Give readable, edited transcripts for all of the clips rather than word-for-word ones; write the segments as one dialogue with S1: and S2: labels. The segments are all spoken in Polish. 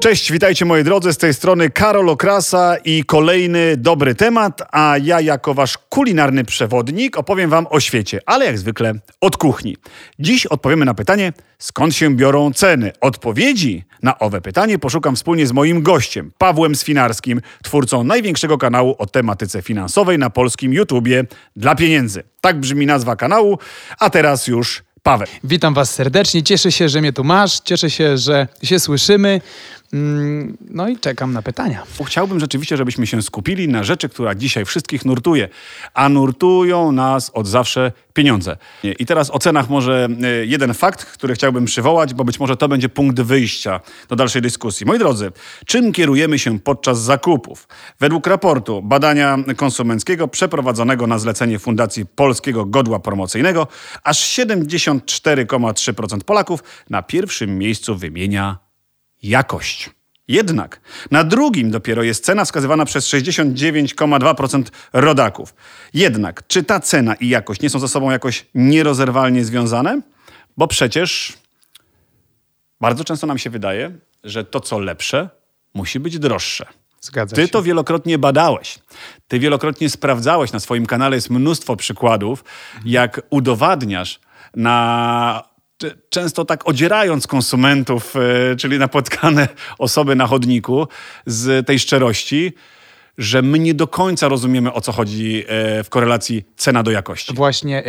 S1: Cześć, witajcie moi drodzy, z tej strony Karol Okrasa i kolejny dobry temat, a ja jako wasz kulinarny przewodnik opowiem wam o świecie, ale jak zwykle od kuchni. Dziś odpowiemy na pytanie, skąd się biorą ceny. Odpowiedzi na owe pytanie poszukam wspólnie z moim gościem, Pawłem Swinarskim, twórcą największego kanału o tematyce finansowej na polskim YouTubie Dla Pieniędzy. Tak brzmi nazwa kanału, a teraz już Paweł.
S2: Witam was serdecznie, cieszę się, że mnie tu masz, cieszę się, że się słyszymy. No i czekam na pytania.
S1: Chciałbym rzeczywiście, żebyśmy się skupili na rzeczy, która dzisiaj wszystkich nurtuje, a nurtują nas od zawsze pieniądze. I teraz o cenach może jeden fakt, który chciałbym przywołać, bo być może to będzie punkt wyjścia do dalszej dyskusji. Moi drodzy, czym kierujemy się podczas zakupów? Według raportu badania konsumenckiego przeprowadzonego na zlecenie Fundacji Polskiego Godła Promocyjnego, aż 74,3% Polaków na pierwszym miejscu wymienia jakość. Jednak na drugim dopiero jest cena wskazywana przez 69,2% rodaków. Jednak czy ta cena i jakość nie są ze sobą jakoś nierozerwalnie związane? Bo przecież bardzo często nam się wydaje, że to co lepsze musi być droższe.
S2: Zgadza się.
S1: Ty to wielokrotnie badałeś. Ty wielokrotnie sprawdzałeś. Na swoim kanale jest mnóstwo przykładów, jak udowadniasz często tak odzierając konsumentów, czyli napotkane osoby na chodniku z tej szczerości, że my nie do końca rozumiemy, o co chodzi w korelacji cena do jakości.
S2: Właśnie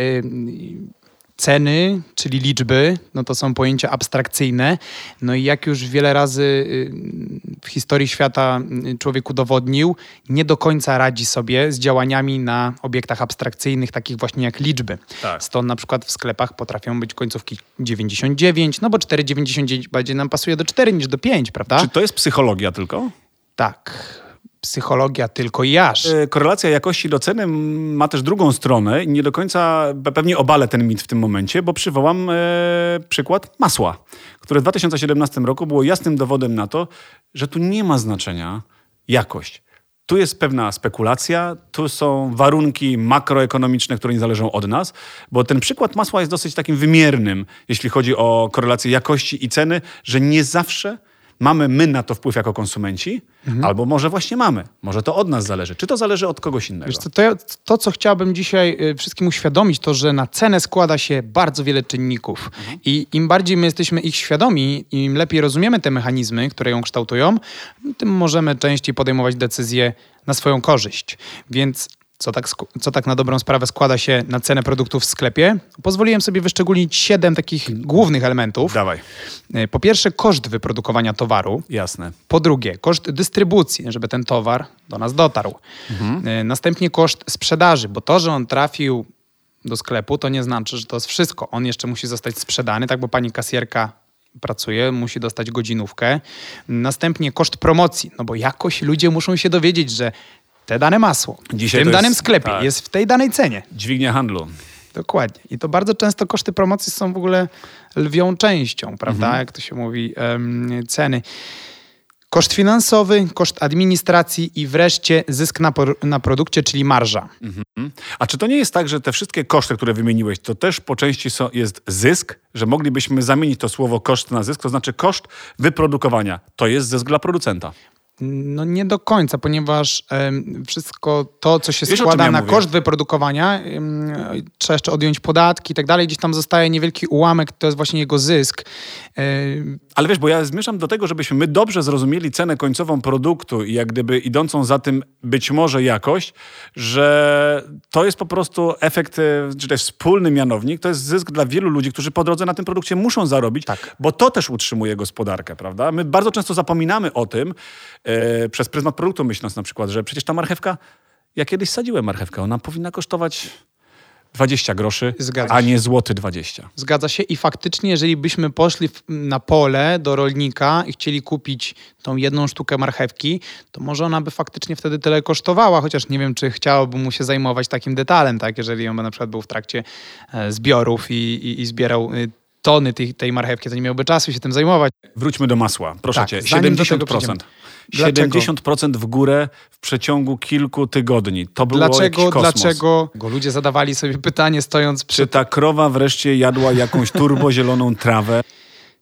S2: ceny, czyli liczby, no to są pojęcia abstrakcyjne. No i jak już wiele razy w historii świata człowiek udowodnił, nie do końca radzi sobie z działaniami na obiektach abstrakcyjnych, takich właśnie jak liczby.
S1: Tak.
S2: Stąd na przykład w sklepach potrafią być końcówki 99, no bo 4,99 bardziej nam pasuje do 4 niż do 5, prawda?
S1: Czy to jest psychologia tylko?
S2: Tak. Psychologia tylko i aż.
S1: Korelacja jakości do ceny ma też drugą stronę i nie do końca, pewnie obalę ten mit w tym momencie, bo przywołam przykład masła, które w 2017 roku było jasnym dowodem na to, że tu nie ma znaczenia jakość. Tu jest pewna spekulacja, tu są warunki makroekonomiczne, które nie zależą od nas, bo ten przykład masła jest dosyć takim wymiernym, jeśli chodzi o korelację jakości i ceny, że nie zawsze mamy my na to wpływ jako konsumenci, albo może właśnie mamy. Może to od nas zależy. Czy to zależy od kogoś innego?
S2: Wiesz co, to, co chciałbym dzisiaj wszystkim uświadomić, to, że na cenę składa się bardzo wiele czynników. I im bardziej my jesteśmy ich świadomi, im lepiej rozumiemy te mechanizmy, które ją kształtują, tym możemy częściej podejmować decyzje na swoją korzyść. Więc co tak na dobrą sprawę składa się na cenę produktów w sklepie? Pozwoliłem sobie wyszczególnić 7 takich głównych elementów.
S1: Dawaj.
S2: Po pierwsze, koszt wyprodukowania towaru.
S1: Jasne.
S2: Po drugie, koszt dystrybucji, żeby ten towar do nas dotarł. Następnie koszt sprzedaży, bo to, że on trafił do sklepu, to nie znaczy, że to jest wszystko. On jeszcze musi zostać sprzedany, tak, bo pani kasjerka pracuje, musi dostać godzinówkę. Następnie koszt promocji, no bo jakoś ludzie muszą się dowiedzieć, że te dane masło w tym danym sklepie jest w tej danej cenie.
S1: Dźwignia handlu.
S2: Dokładnie. I to bardzo często koszty promocji są w ogóle lwią częścią, prawda? Jak to się mówi, ceny. Koszt finansowy, koszt administracji i wreszcie zysk na produkcie, czyli marża.
S1: A czy to nie jest tak, że te wszystkie koszty, które wymieniłeś, to też po części jest zysk? Że moglibyśmy zamienić to słowo koszt na zysk? To znaczy koszt wyprodukowania. To jest zysk dla producenta.
S2: No nie do końca, ponieważ wszystko to, co się składa na koszt wyprodukowania, trzeba jeszcze odjąć podatki i tak dalej, gdzieś tam zostaje niewielki ułamek, to jest właśnie jego zysk.
S1: Ale wiesz, bo ja zmierzam do tego, żebyśmy my dobrze zrozumieli cenę końcową produktu i jak gdyby idącą za tym być może jakość, że to jest po prostu efekt, czy też wspólny mianownik, to jest zysk dla wielu ludzi, którzy po drodze na tym produkcie muszą zarobić, tak, bo to też utrzymuje gospodarkę, prawda? My bardzo często zapominamy o tym, przez pryzmat produktu myśląc na przykład, że przecież ta marchewka, ja kiedyś sadziłem marchewkę, ona powinna kosztować 20 groszy, a nie złoty 20.
S2: Zgadza się i faktycznie, jeżeli byśmy poszli na pole do rolnika i chcieli kupić tą jedną sztukę marchewki, to może ona by faktycznie wtedy tyle kosztowała, chociaż nie wiem, czy chciałoby mu się zajmować takim detalem, tak? Jeżeli on by na przykład był w trakcie zbiorów i zbierał tony tej marchewki, to nie miałby czasu się tym zajmować.
S1: Wróćmy do masła, proszę cię. 70%.
S2: Dlaczego?
S1: 70% w górę w przeciągu kilku tygodni. To było jakiś kosmos.
S2: Dlaczego? Bo ludzie zadawali sobie pytanie stojąc
S1: Czy ta krowa wreszcie jadła jakąś turbozieloną trawę?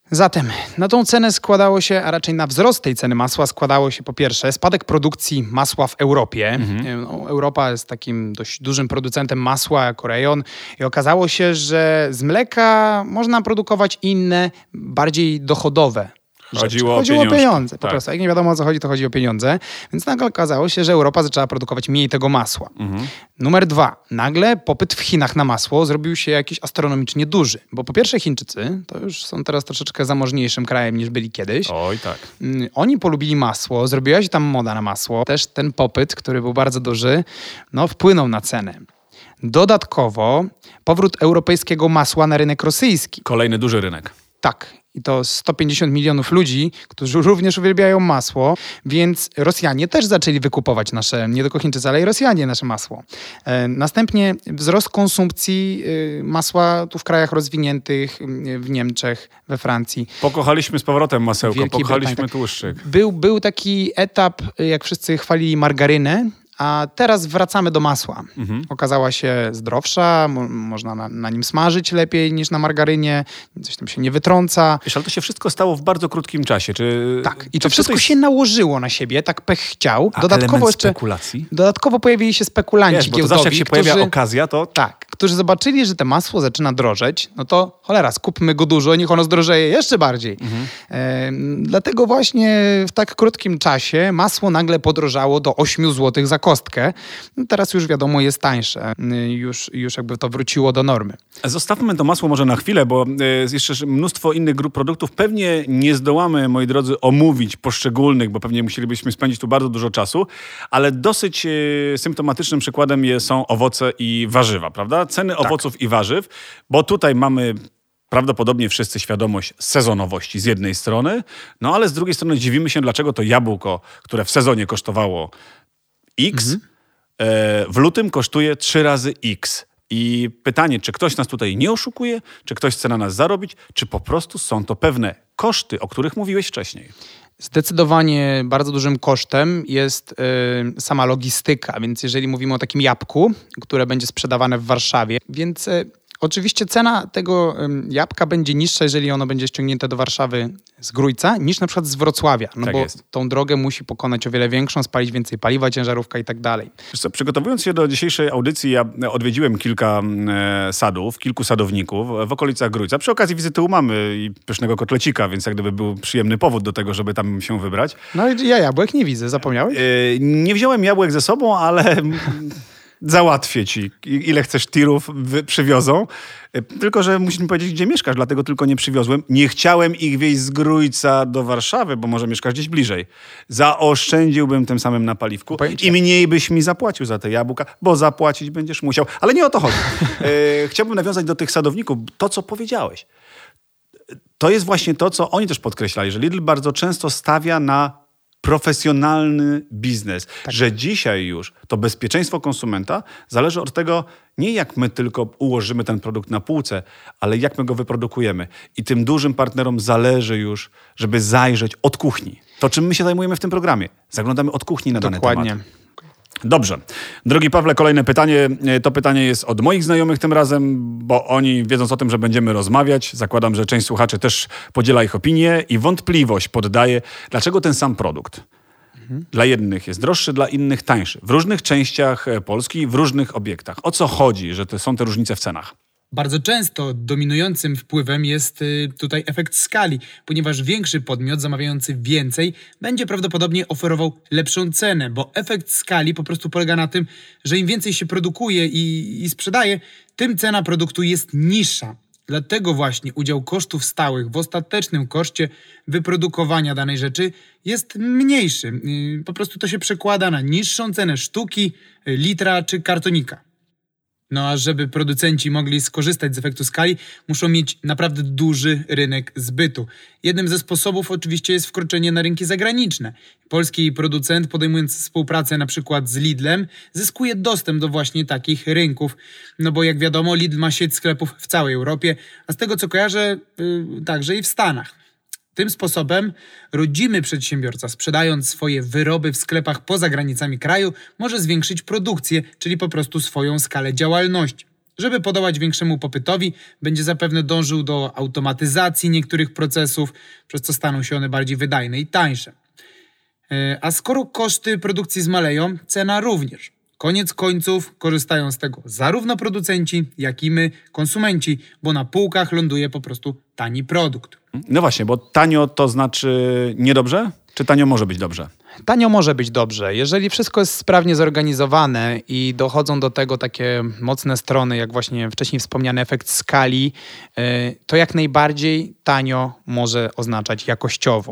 S2: Zatem na tą cenę składało się, a raczej na wzrost tej ceny masła składało się po pierwsze spadek produkcji masła w Europie. No, Europa jest takim dość dużym producentem masła jako rejon i okazało się, że z mleka można produkować inne, bardziej dochodowe rzeczy.
S1: Chodziło
S2: o pieniądze. Po
S1: Tak.
S2: prostu. Jak nie wiadomo o co chodzi, to chodzi o pieniądze. Więc nagle okazało się, że Europa zaczęła produkować mniej tego masła. Numer 2. Nagle popyt w Chinach na masło zrobił się jakiś astronomicznie duży. Bo po pierwsze Chińczycy to już są teraz troszeczkę zamożniejszym krajem niż byli kiedyś.
S1: Oj, tak.
S2: Oni polubili masło, zrobiła się tam moda na masło. Też ten popyt, który był bardzo duży, no wpłynął na cenę. Dodatkowo powrót europejskiego masła na rynek rosyjski.
S1: Kolejny duży rynek.
S2: Tak. I to 150 milionów ludzi, którzy również uwielbiają masło, więc Rosjanie też zaczęli wykupować nasze, nie tylko Chińczycy, ale i Rosjanie nasze masło. Następnie wzrost konsumpcji masła tu w krajach rozwiniętych, w Niemczech, we Francji.
S1: Pokochaliśmy z powrotem masełko,
S2: Wielkiej
S1: pokochaliśmy
S2: Brytanii, tak.
S1: tłuszczyk.
S2: Był taki etap, jak wszyscy chwalili margarynę, a teraz wracamy do masła. Okazała się zdrowsza, można na nim smażyć lepiej niż na margarynie, coś tam się nie wytrąca.
S1: Wiesz, ale to się wszystko stało w bardzo krótkim czasie.
S2: Tak, i to wszystko się nałożyło na siebie, tak pech chciał.
S1: A element spekulacji?
S2: Dodatkowo pojawili się spekulanci
S1: Wiesz, bo to
S2: giełdowi,
S1: zawsze jak się pojawia okazja, to...
S2: Tak, którzy zobaczyli, że to masło zaczyna drożeć, no to cholera, skupmy go dużo, niech ono zdrożeje jeszcze bardziej. Dlatego właśnie w tak krótkim czasie masło nagle podrożało do 8 zł za kostkę. No teraz już wiadomo, jest tańsze. Już jakby to wróciło do normy.
S1: Zostawmy to masło może na chwilę, bo jest jeszcze mnóstwo innych grup produktów. Pewnie nie zdołamy, moi drodzy, omówić poszczególnych, bo pewnie musielibyśmy spędzić tu bardzo dużo czasu, ale dosyć symptomatycznym przykładem są owoce i warzywa, prawda? Ceny owoców i warzyw, bo tutaj mamy prawdopodobnie wszyscy świadomość sezonowości z jednej strony, no ale z drugiej strony dziwimy się, dlaczego to jabłko, które w sezonie kosztowało X, w lutym kosztuje 3 razy X. I pytanie, czy ktoś nas tutaj nie oszukuje, czy ktoś chce na nas zarobić, czy po prostu są to pewne koszty, o których mówiłeś wcześniej.
S2: Zdecydowanie bardzo dużym kosztem jest sama logistyka, więc jeżeli mówimy o takim jabłku, które będzie sprzedawane w Warszawie, więc oczywiście cena tego jabłka będzie niższa, jeżeli ono będzie ściągnięte do Warszawy z Grójca, niż na przykład z Wrocławia, no
S1: tak
S2: bo
S1: jest.
S2: tą drogę musi pokonać o wiele większą, spalić więcej paliwa, ciężarówka i tak dalej.
S1: Wiesz co, przygotowując się do dzisiejszej audycji, ja odwiedziłem kilka sadów, kilku sadowników w okolicach Grójca. Przy okazji wizyty u mamy i pysznego kotlecika, więc jak gdyby był przyjemny powód do tego, żeby tam się wybrać.
S2: No i ja jabłek nie widzę, zapomniałeś?
S1: Nie wziąłem jabłek ze sobą, ale załatwię ci, ile chcesz tirów przywiozą. Tylko że musisz mi powiedzieć, gdzie mieszkasz, dlatego tylko nie przywiozłem. Nie chciałem ich wieźć z Grójca do Warszawy, bo może mieszkasz gdzieś bliżej. Zaoszczędziłbym tym samym na paliwku i mniej byś mi zapłacił za te jabłka, bo zapłacić będziesz musiał. Ale nie o to chodzi. Chciałbym nawiązać do tych sadowników. To, co powiedziałeś. To jest właśnie to, co oni też podkreślali, że Lidl bardzo często stawia na profesjonalny biznes, że dzisiaj już to bezpieczeństwo konsumenta zależy od tego, nie jak my tylko ułożymy ten produkt na półce, ale jak my go wyprodukujemy. I tym dużym partnerom zależy już, żeby zajrzeć od kuchni. To, czym my się zajmujemy w tym programie. Zaglądamy od kuchni na dany temat. Dobrze. Drogi Pawle, kolejne pytanie. To pytanie jest od moich znajomych tym razem, bo oni, wiedząc o tym, że będziemy rozmawiać, zakładam, że część słuchaczy też podziela ich opinię i wątpliwość poddaje, dlaczego ten sam produkt dla jednych jest droższy, dla innych tańszy. W różnych częściach Polski, w różnych obiektach. O co chodzi, że są te różnice w cenach?
S3: Bardzo często dominującym wpływem jest tutaj efekt skali, ponieważ większy podmiot zamawiający więcej będzie prawdopodobnie oferował lepszą cenę, bo efekt skali po prostu polega na tym, że im więcej się produkuje i sprzedaje, tym cena produktu jest niższa. Dlatego właśnie udział kosztów stałych w ostatecznym koszcie wyprodukowania danej rzeczy jest mniejszy. Po prostu to się przekłada na niższą cenę sztuki, litra czy kartonika. No a żeby producenci mogli skorzystać z efektu skali, muszą mieć naprawdę duży rynek zbytu. Jednym ze sposobów oczywiście jest wkroczenie na rynki zagraniczne. Polski producent, podejmując współpracę na przykład z Lidlem, zyskuje dostęp do właśnie takich rynków. No bo jak wiadomo, Lidl ma sieć sklepów w całej Europie, a z tego co kojarzę, także i w Stanach. Tym sposobem rodzimy przedsiębiorca, sprzedając swoje wyroby w sklepach poza granicami kraju, może zwiększyć produkcję, czyli po prostu swoją skalę działalności. Żeby podołać większemu popytowi, będzie zapewne dążył do automatyzacji niektórych procesów, przez co staną się one bardziej wydajne i tańsze. A skoro koszty produkcji zmaleją, cena również. Koniec końców korzystają z tego zarówno producenci, jak i my, konsumenci, bo na półkach ląduje po prostu tani produkt.
S1: No właśnie, bo tanio to znaczy niedobrze? Czy tanio może być dobrze?
S2: Tanio może być dobrze. Jeżeli wszystko jest sprawnie zorganizowane i dochodzą do tego takie mocne strony, jak właśnie wcześniej wspomniany efekt skali, to jak najbardziej tanio może oznaczać jakościowo.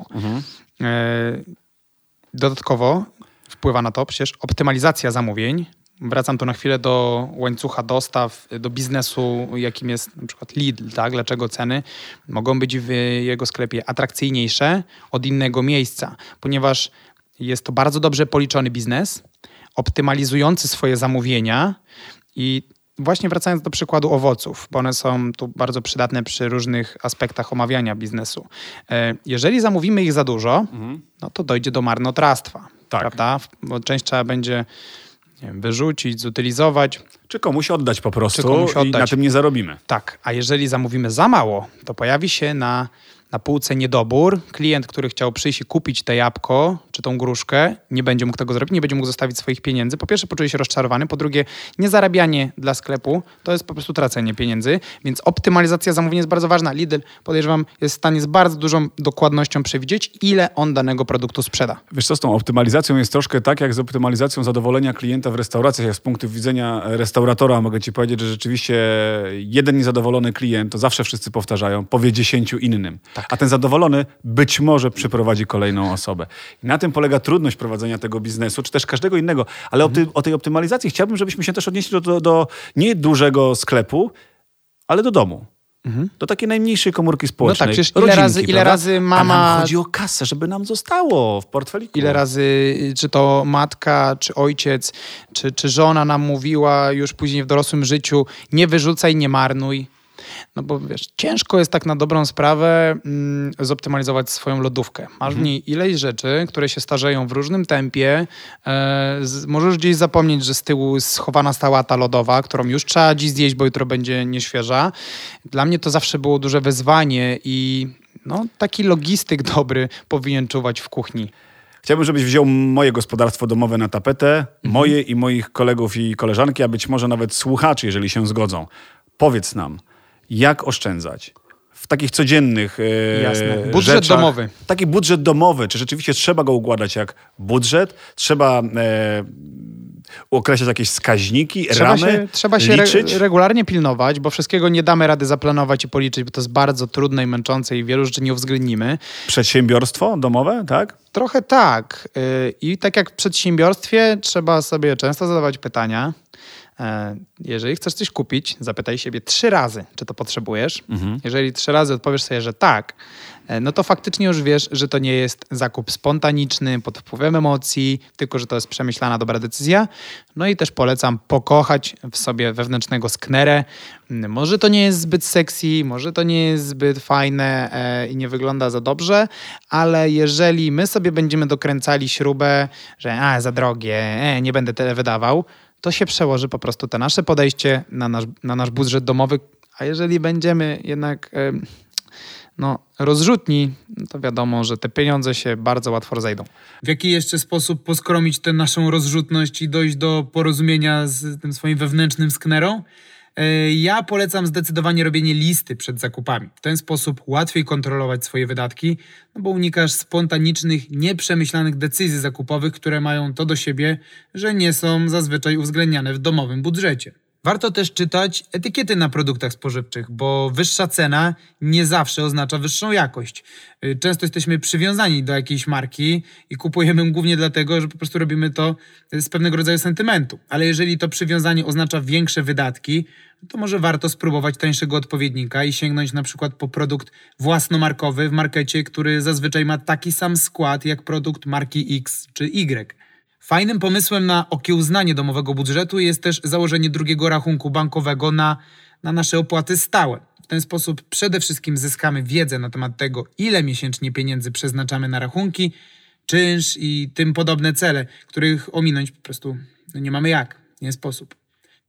S2: Dodatkowo wpływa na to przecież optymalizacja zamówień. Wracam tu na chwilę do łańcucha dostaw, do biznesu, jakim jest na przykład Lidl, tak? Dlaczego ceny mogą być w jego sklepie atrakcyjniejsze od innego miejsca? Ponieważ jest to bardzo dobrze policzony biznes, optymalizujący swoje zamówienia i właśnie wracając do przykładu owoców, bo one są tu bardzo przydatne przy różnych aspektach omawiania biznesu. Jeżeli zamówimy ich za dużo, no to dojdzie do marnotrawstwa,
S1: Tak.
S2: prawda? Bo część trzeba będzie wyrzucić, zutylizować.
S1: Czy komuś oddać po prostu
S2: Czy komuś
S1: i
S2: oddać.
S1: na tym nie zarobimy.
S2: Tak, a jeżeli zamówimy za mało, to pojawi się na półce niedobór. Klient, który chciał przyjść i kupić te jabłko czy tą gruszkę, nie będzie mógł tego zrobić, nie będzie mógł zostawić swoich pieniędzy. Po pierwsze, poczuje się rozczarowany. Po drugie, niezarabianie dla sklepu to jest po prostu tracenie pieniędzy, więc optymalizacja zamówień jest bardzo ważna. Lidl, podejrzewam, jest w stanie z bardzo dużą dokładnością przewidzieć, ile on danego produktu sprzeda.
S1: Wiesz co, z tą optymalizacją jest troszkę tak, jak z optymalizacją zadowolenia klienta w restauracjach. Jak z punktu widzenia restauratora mogę ci powiedzieć, że rzeczywiście jeden niezadowolony klient, to zawsze wszyscy powtarzają, powie 10 innym. Tak. A ten zadowolony być może przyprowadzi kolejną osobę. I na tym polega trudność prowadzenia tego biznesu, czy też każdego innego. Ale o tej optymalizacji chciałbym, żebyśmy się też odnieśli do nie dużego sklepu, ale do domu. Do takiej najmniejszej komórki społecznej.
S2: No tak, przecież
S1: rodzinki,
S2: ile razy mama...
S1: A nam chodzi o kasę, żeby nam zostało w portfeliku.
S2: Ile razy, czy to matka, czy ojciec, czy żona nam mówiła już później w dorosłym życiu, nie wyrzucaj, nie marnuj. No bo wiesz, ciężko jest tak na dobrą sprawę zoptymalizować swoją lodówkę. Masz w niej ileś rzeczy, które się starzeją w różnym tempie. Możesz gdzieś zapomnieć, że z tyłu jest schowana sałata lodowa, którą już trzeba dziś zjeść, bo jutro będzie nieświeża. Dla mnie to zawsze było duże wyzwanie i no, taki logistyk dobry powinien czuwać w kuchni.
S1: Chciałbym, żebyś wziął moje gospodarstwo domowe na tapetę, moje i moich kolegów i koleżanki, a być może nawet słuchaczy, jeżeli się zgodzą. Powiedz nam, jak oszczędzać w takich codziennych
S2: Jasne. Budżet
S1: rzeczach.
S2: domowy.
S1: Taki budżet domowy. Czy rzeczywiście trzeba go układać jak budżet? Trzeba określać jakieś wskaźniki, ramy,
S2: Trzeba się
S1: liczyć?
S2: regularnie pilnować, bo wszystkiego nie damy rady zaplanować i policzyć, bo to jest bardzo trudne i męczące i wielu rzeczy nie uwzględnimy.
S1: Przedsiębiorstwo domowe, tak?
S2: Trochę tak. I tak jak w przedsiębiorstwie trzeba sobie często zadawać pytania. Jeżeli chcesz coś kupić, zapytaj siebie 3 razy, czy to potrzebujesz. Jeżeli 3 razy odpowiesz sobie, że tak, no to faktycznie już wiesz, że to nie jest zakup spontaniczny, pod wpływem emocji, tylko że to jest przemyślana, dobra decyzja. No i też polecam pokochać w sobie wewnętrznego sknerę. Może to nie jest zbyt sexy, może to nie jest zbyt fajne i nie wygląda za dobrze, ale jeżeli my sobie będziemy dokręcali śrubę, że za drogie, nie będę tyle wydawał, to się przełoży po prostu to nasze podejście na nasz budżet domowy, a jeżeli będziemy jednak rozrzutni, to wiadomo, że te pieniądze się bardzo łatwo rozejdą.
S3: W jaki jeszcze sposób poskromić tę naszą rozrzutność i dojść do porozumienia z tym swoim wewnętrznym sknerą? Ja polecam zdecydowanie robienie listy przed zakupami. W ten sposób łatwiej kontrolować swoje wydatki, bo unikasz spontanicznych, nieprzemyślanych decyzji zakupowych, które mają to do siebie, że nie są zazwyczaj uwzględniane w domowym budżecie. Warto też czytać etykiety na produktach spożywczych, bo wyższa cena nie zawsze oznacza wyższą jakość. Często jesteśmy przywiązani do jakiejś marki i kupujemy głównie dlatego, że po prostu robimy to z pewnego rodzaju sentymentu. Ale jeżeli to przywiązanie oznacza większe wydatki, to może warto spróbować tańszego odpowiednika i sięgnąć na przykład po produkt własnomarkowy w markecie, który zazwyczaj ma taki sam skład jak produkt marki X czy Y. Fajnym pomysłem na okiełznanie domowego budżetu jest też założenie drugiego rachunku bankowego na nasze opłaty stałe. W ten sposób przede wszystkim zyskamy wiedzę na temat tego, ile miesięcznie pieniędzy przeznaczamy na rachunki, czynsz i tym podobne cele, których ominąć po prostu nie mamy jak, nie sposób.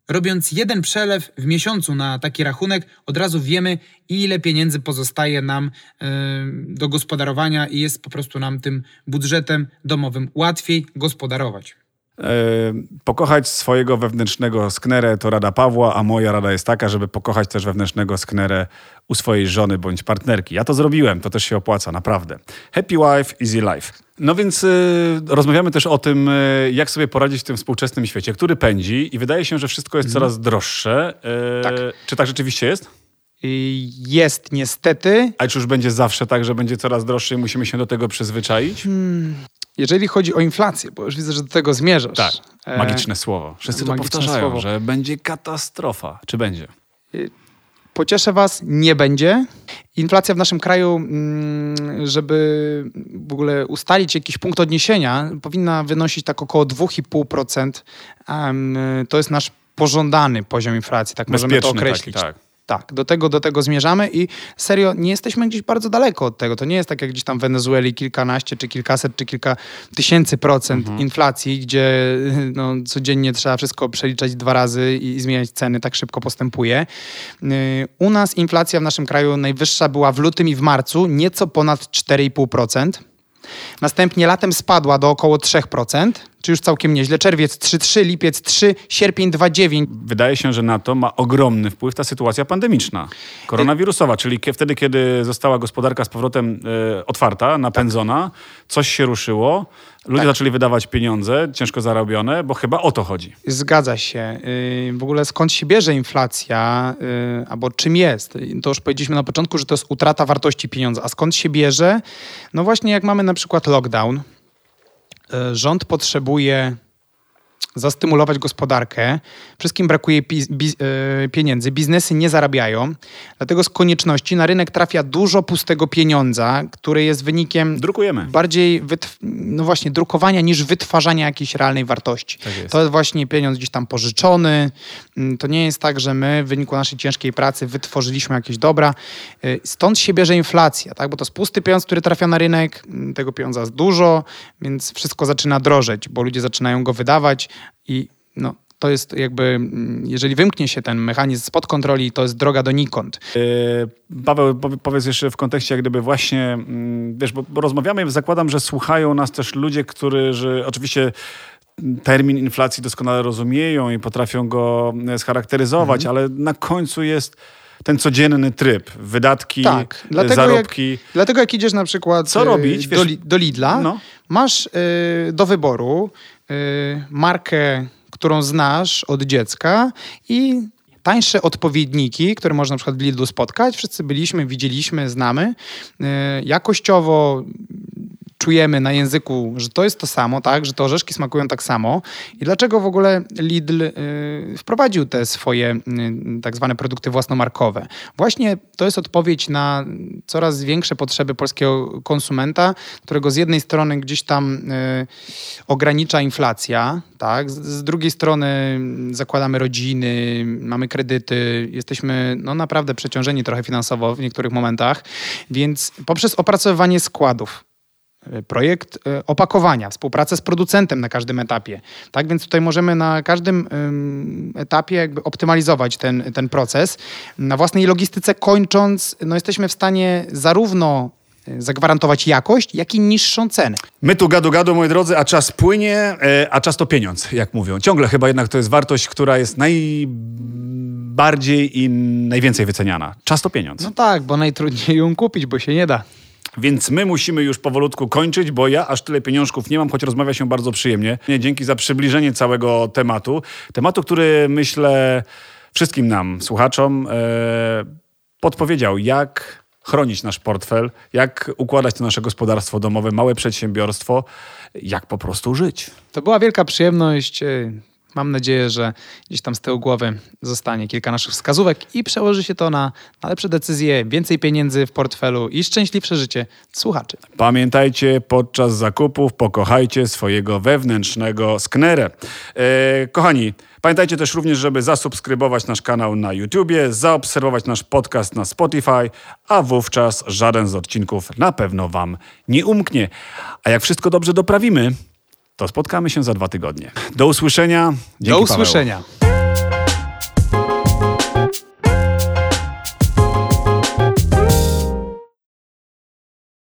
S3: Robiąc jeden przelew w miesiącu na taki rachunek, od razu wiemy, ile pieniędzy pozostaje nam do gospodarowania i jest po prostu nam tym budżetem domowym łatwiej gospodarować.
S1: Pokochać swojego wewnętrznego sknerę to rada Pawła, a moja rada jest taka, żeby pokochać też wewnętrznego sknerę u swojej żony bądź partnerki. Ja to zrobiłem, to też się opłaca, naprawdę. Happy wife, easy life. No więc rozmawiamy też o tym, jak sobie poradzić w tym współczesnym świecie, który pędzi i wydaje się, że wszystko jest coraz droższe.
S2: Tak.
S1: Czy tak rzeczywiście jest?
S2: Jest niestety.
S1: A czy już będzie zawsze tak, że będzie coraz droższe i musimy się do tego przyzwyczaić?
S2: Jeżeli chodzi o inflację, bo już widzę, że do tego zmierzasz.
S1: Tak, magiczne słowo. Wszyscy to
S2: magiczne
S1: powtarzają,
S2: słowo.
S1: że będzie katastrofa. Czy będzie?
S2: Pocieszę was, nie będzie. Inflacja w naszym kraju, żeby w ogóle ustalić jakiś punkt odniesienia, powinna wynosić tak około 2,5%. To jest nasz pożądany poziom inflacji, tak możemy to określić.
S1: Taki, tak.
S2: Tak, do tego zmierzamy i serio nie jesteśmy gdzieś bardzo daleko od tego. To nie jest tak jak gdzieś tam w Wenezueli kilkanaście, czy kilkaset, czy kilka tysięcy procent inflacji, gdzie no, codziennie trzeba wszystko przeliczać 2 razy i zmieniać ceny, tak szybko postępuje. U nas inflacja w naszym kraju najwyższa była w lutym i w marcu, nieco ponad 4,5%. Następnie latem spadła do około 3%, czy już całkiem nieźle. Czerwiec 3,3, lipiec 3, sierpień 2,9.
S1: Wydaje się, że na to ma ogromny wpływ ta sytuacja pandemiczna, koronawirusowa, czyli wtedy, kiedy została gospodarka z powrotem otwarta, napędzona, coś się ruszyło, ludzie zaczęli wydawać pieniądze ciężko zarobione, bo chyba o to chodzi.
S2: Zgadza się. W ogóle skąd się bierze inflacja, albo czym jest? To już powiedzieliśmy na początku, że to jest utrata wartości pieniądza. A skąd się bierze? No właśnie jak mamy na przykład lockdown, rząd potrzebuje zastymulować gospodarkę. Wszystkim brakuje pieniędzy, biznesy nie zarabiają, dlatego z konieczności na rynek trafia dużo pustego pieniądza, które jest wynikiem
S1: Drukujemy.
S2: bardziej drukowania niż wytwarzania jakiejś realnej wartości.
S1: Tak jest.
S2: To jest właśnie pieniądz gdzieś tam pożyczony. To nie jest tak, że my w wyniku naszej ciężkiej pracy wytworzyliśmy jakieś dobra. Stąd się bierze inflacja, tak? Bo to jest pusty pieniądz, który trafia na rynek, tego pieniądza jest dużo, więc wszystko zaczyna drożeć, bo ludzie zaczynają go wydawać i no, to jest jakby, jeżeli wymknie się ten mechanizm spod kontroli, to jest droga donikąd.
S1: Paweł, powiedz jeszcze w kontekście jak gdyby właśnie, wiesz, bo rozmawiamy, zakładam, że słuchają nas też ludzie, którzy oczywiście termin inflacji doskonale rozumieją i potrafią go scharakteryzować, ale na końcu jest ten codzienny tryb, wydatki, zarobki.
S2: Dlatego jak idziesz na przykład
S1: co robić?
S2: Do Lidla, masz do wyboru markę, którą znasz od dziecka i tańsze odpowiedniki, które można na przykład w Lidlu spotkać. Wszyscy byliśmy, widzieliśmy, znamy. Jakościowo czujemy na języku, że to jest to samo, tak? Że te orzeszki smakują tak samo. I dlaczego w ogóle Lidl wprowadził te swoje tak zwane produkty własnomarkowe? Właśnie to jest odpowiedź na coraz większe potrzeby polskiego konsumenta, którego z jednej strony gdzieś tam ogranicza inflacja, tak? Z drugiej strony zakładamy rodziny, mamy kredyty, jesteśmy naprawdę przeciążeni trochę finansowo w niektórych momentach, więc poprzez opracowywanie składów, projekt opakowania, współpracę z producentem na każdym etapie. Tak więc tutaj możemy na każdym etapie jakby optymalizować ten proces. Na własnej logistyce kończąc, jesteśmy w stanie zarówno zagwarantować jakość, jak i niższą cenę.
S1: My tu gadu, moi drodzy, a czas płynie, a czas to pieniądz, jak mówią. Ciągle chyba jednak to jest wartość, która jest najbardziej i najwięcej wyceniana. Czas to pieniądz.
S2: No tak, bo najtrudniej ją kupić, bo się nie da.
S1: Więc my musimy już powolutku kończyć, bo ja aż tyle pieniążków nie mam, choć rozmawia się bardzo przyjemnie. Dzięki za przybliżenie całego tematu. Tematu, który myślę wszystkim nam, słuchaczom, podpowiedział, jak chronić nasz portfel, jak układać to nasze gospodarstwo domowe, małe przedsiębiorstwo, jak po prostu żyć.
S2: To była wielka przyjemność. Mam nadzieję, że gdzieś tam z tyłu głowy zostanie kilka naszych wskazówek i przełoży się to na lepsze decyzje, więcej pieniędzy w portfelu i szczęśliwsze życie słuchaczy.
S1: Pamiętajcie, podczas zakupów pokochajcie swojego wewnętrznego sknerę. Kochani, pamiętajcie też również, żeby zasubskrybować nasz kanał na YouTubie, zaobserwować nasz podcast na Spotify, a wówczas żaden z odcinków na pewno wam nie umknie. A jak wszystko dobrze doprawimy, to spotkamy się za 2 tygodnie. Do usłyszenia. Dzięki,
S2: Do usłyszenia.
S1: Paweł.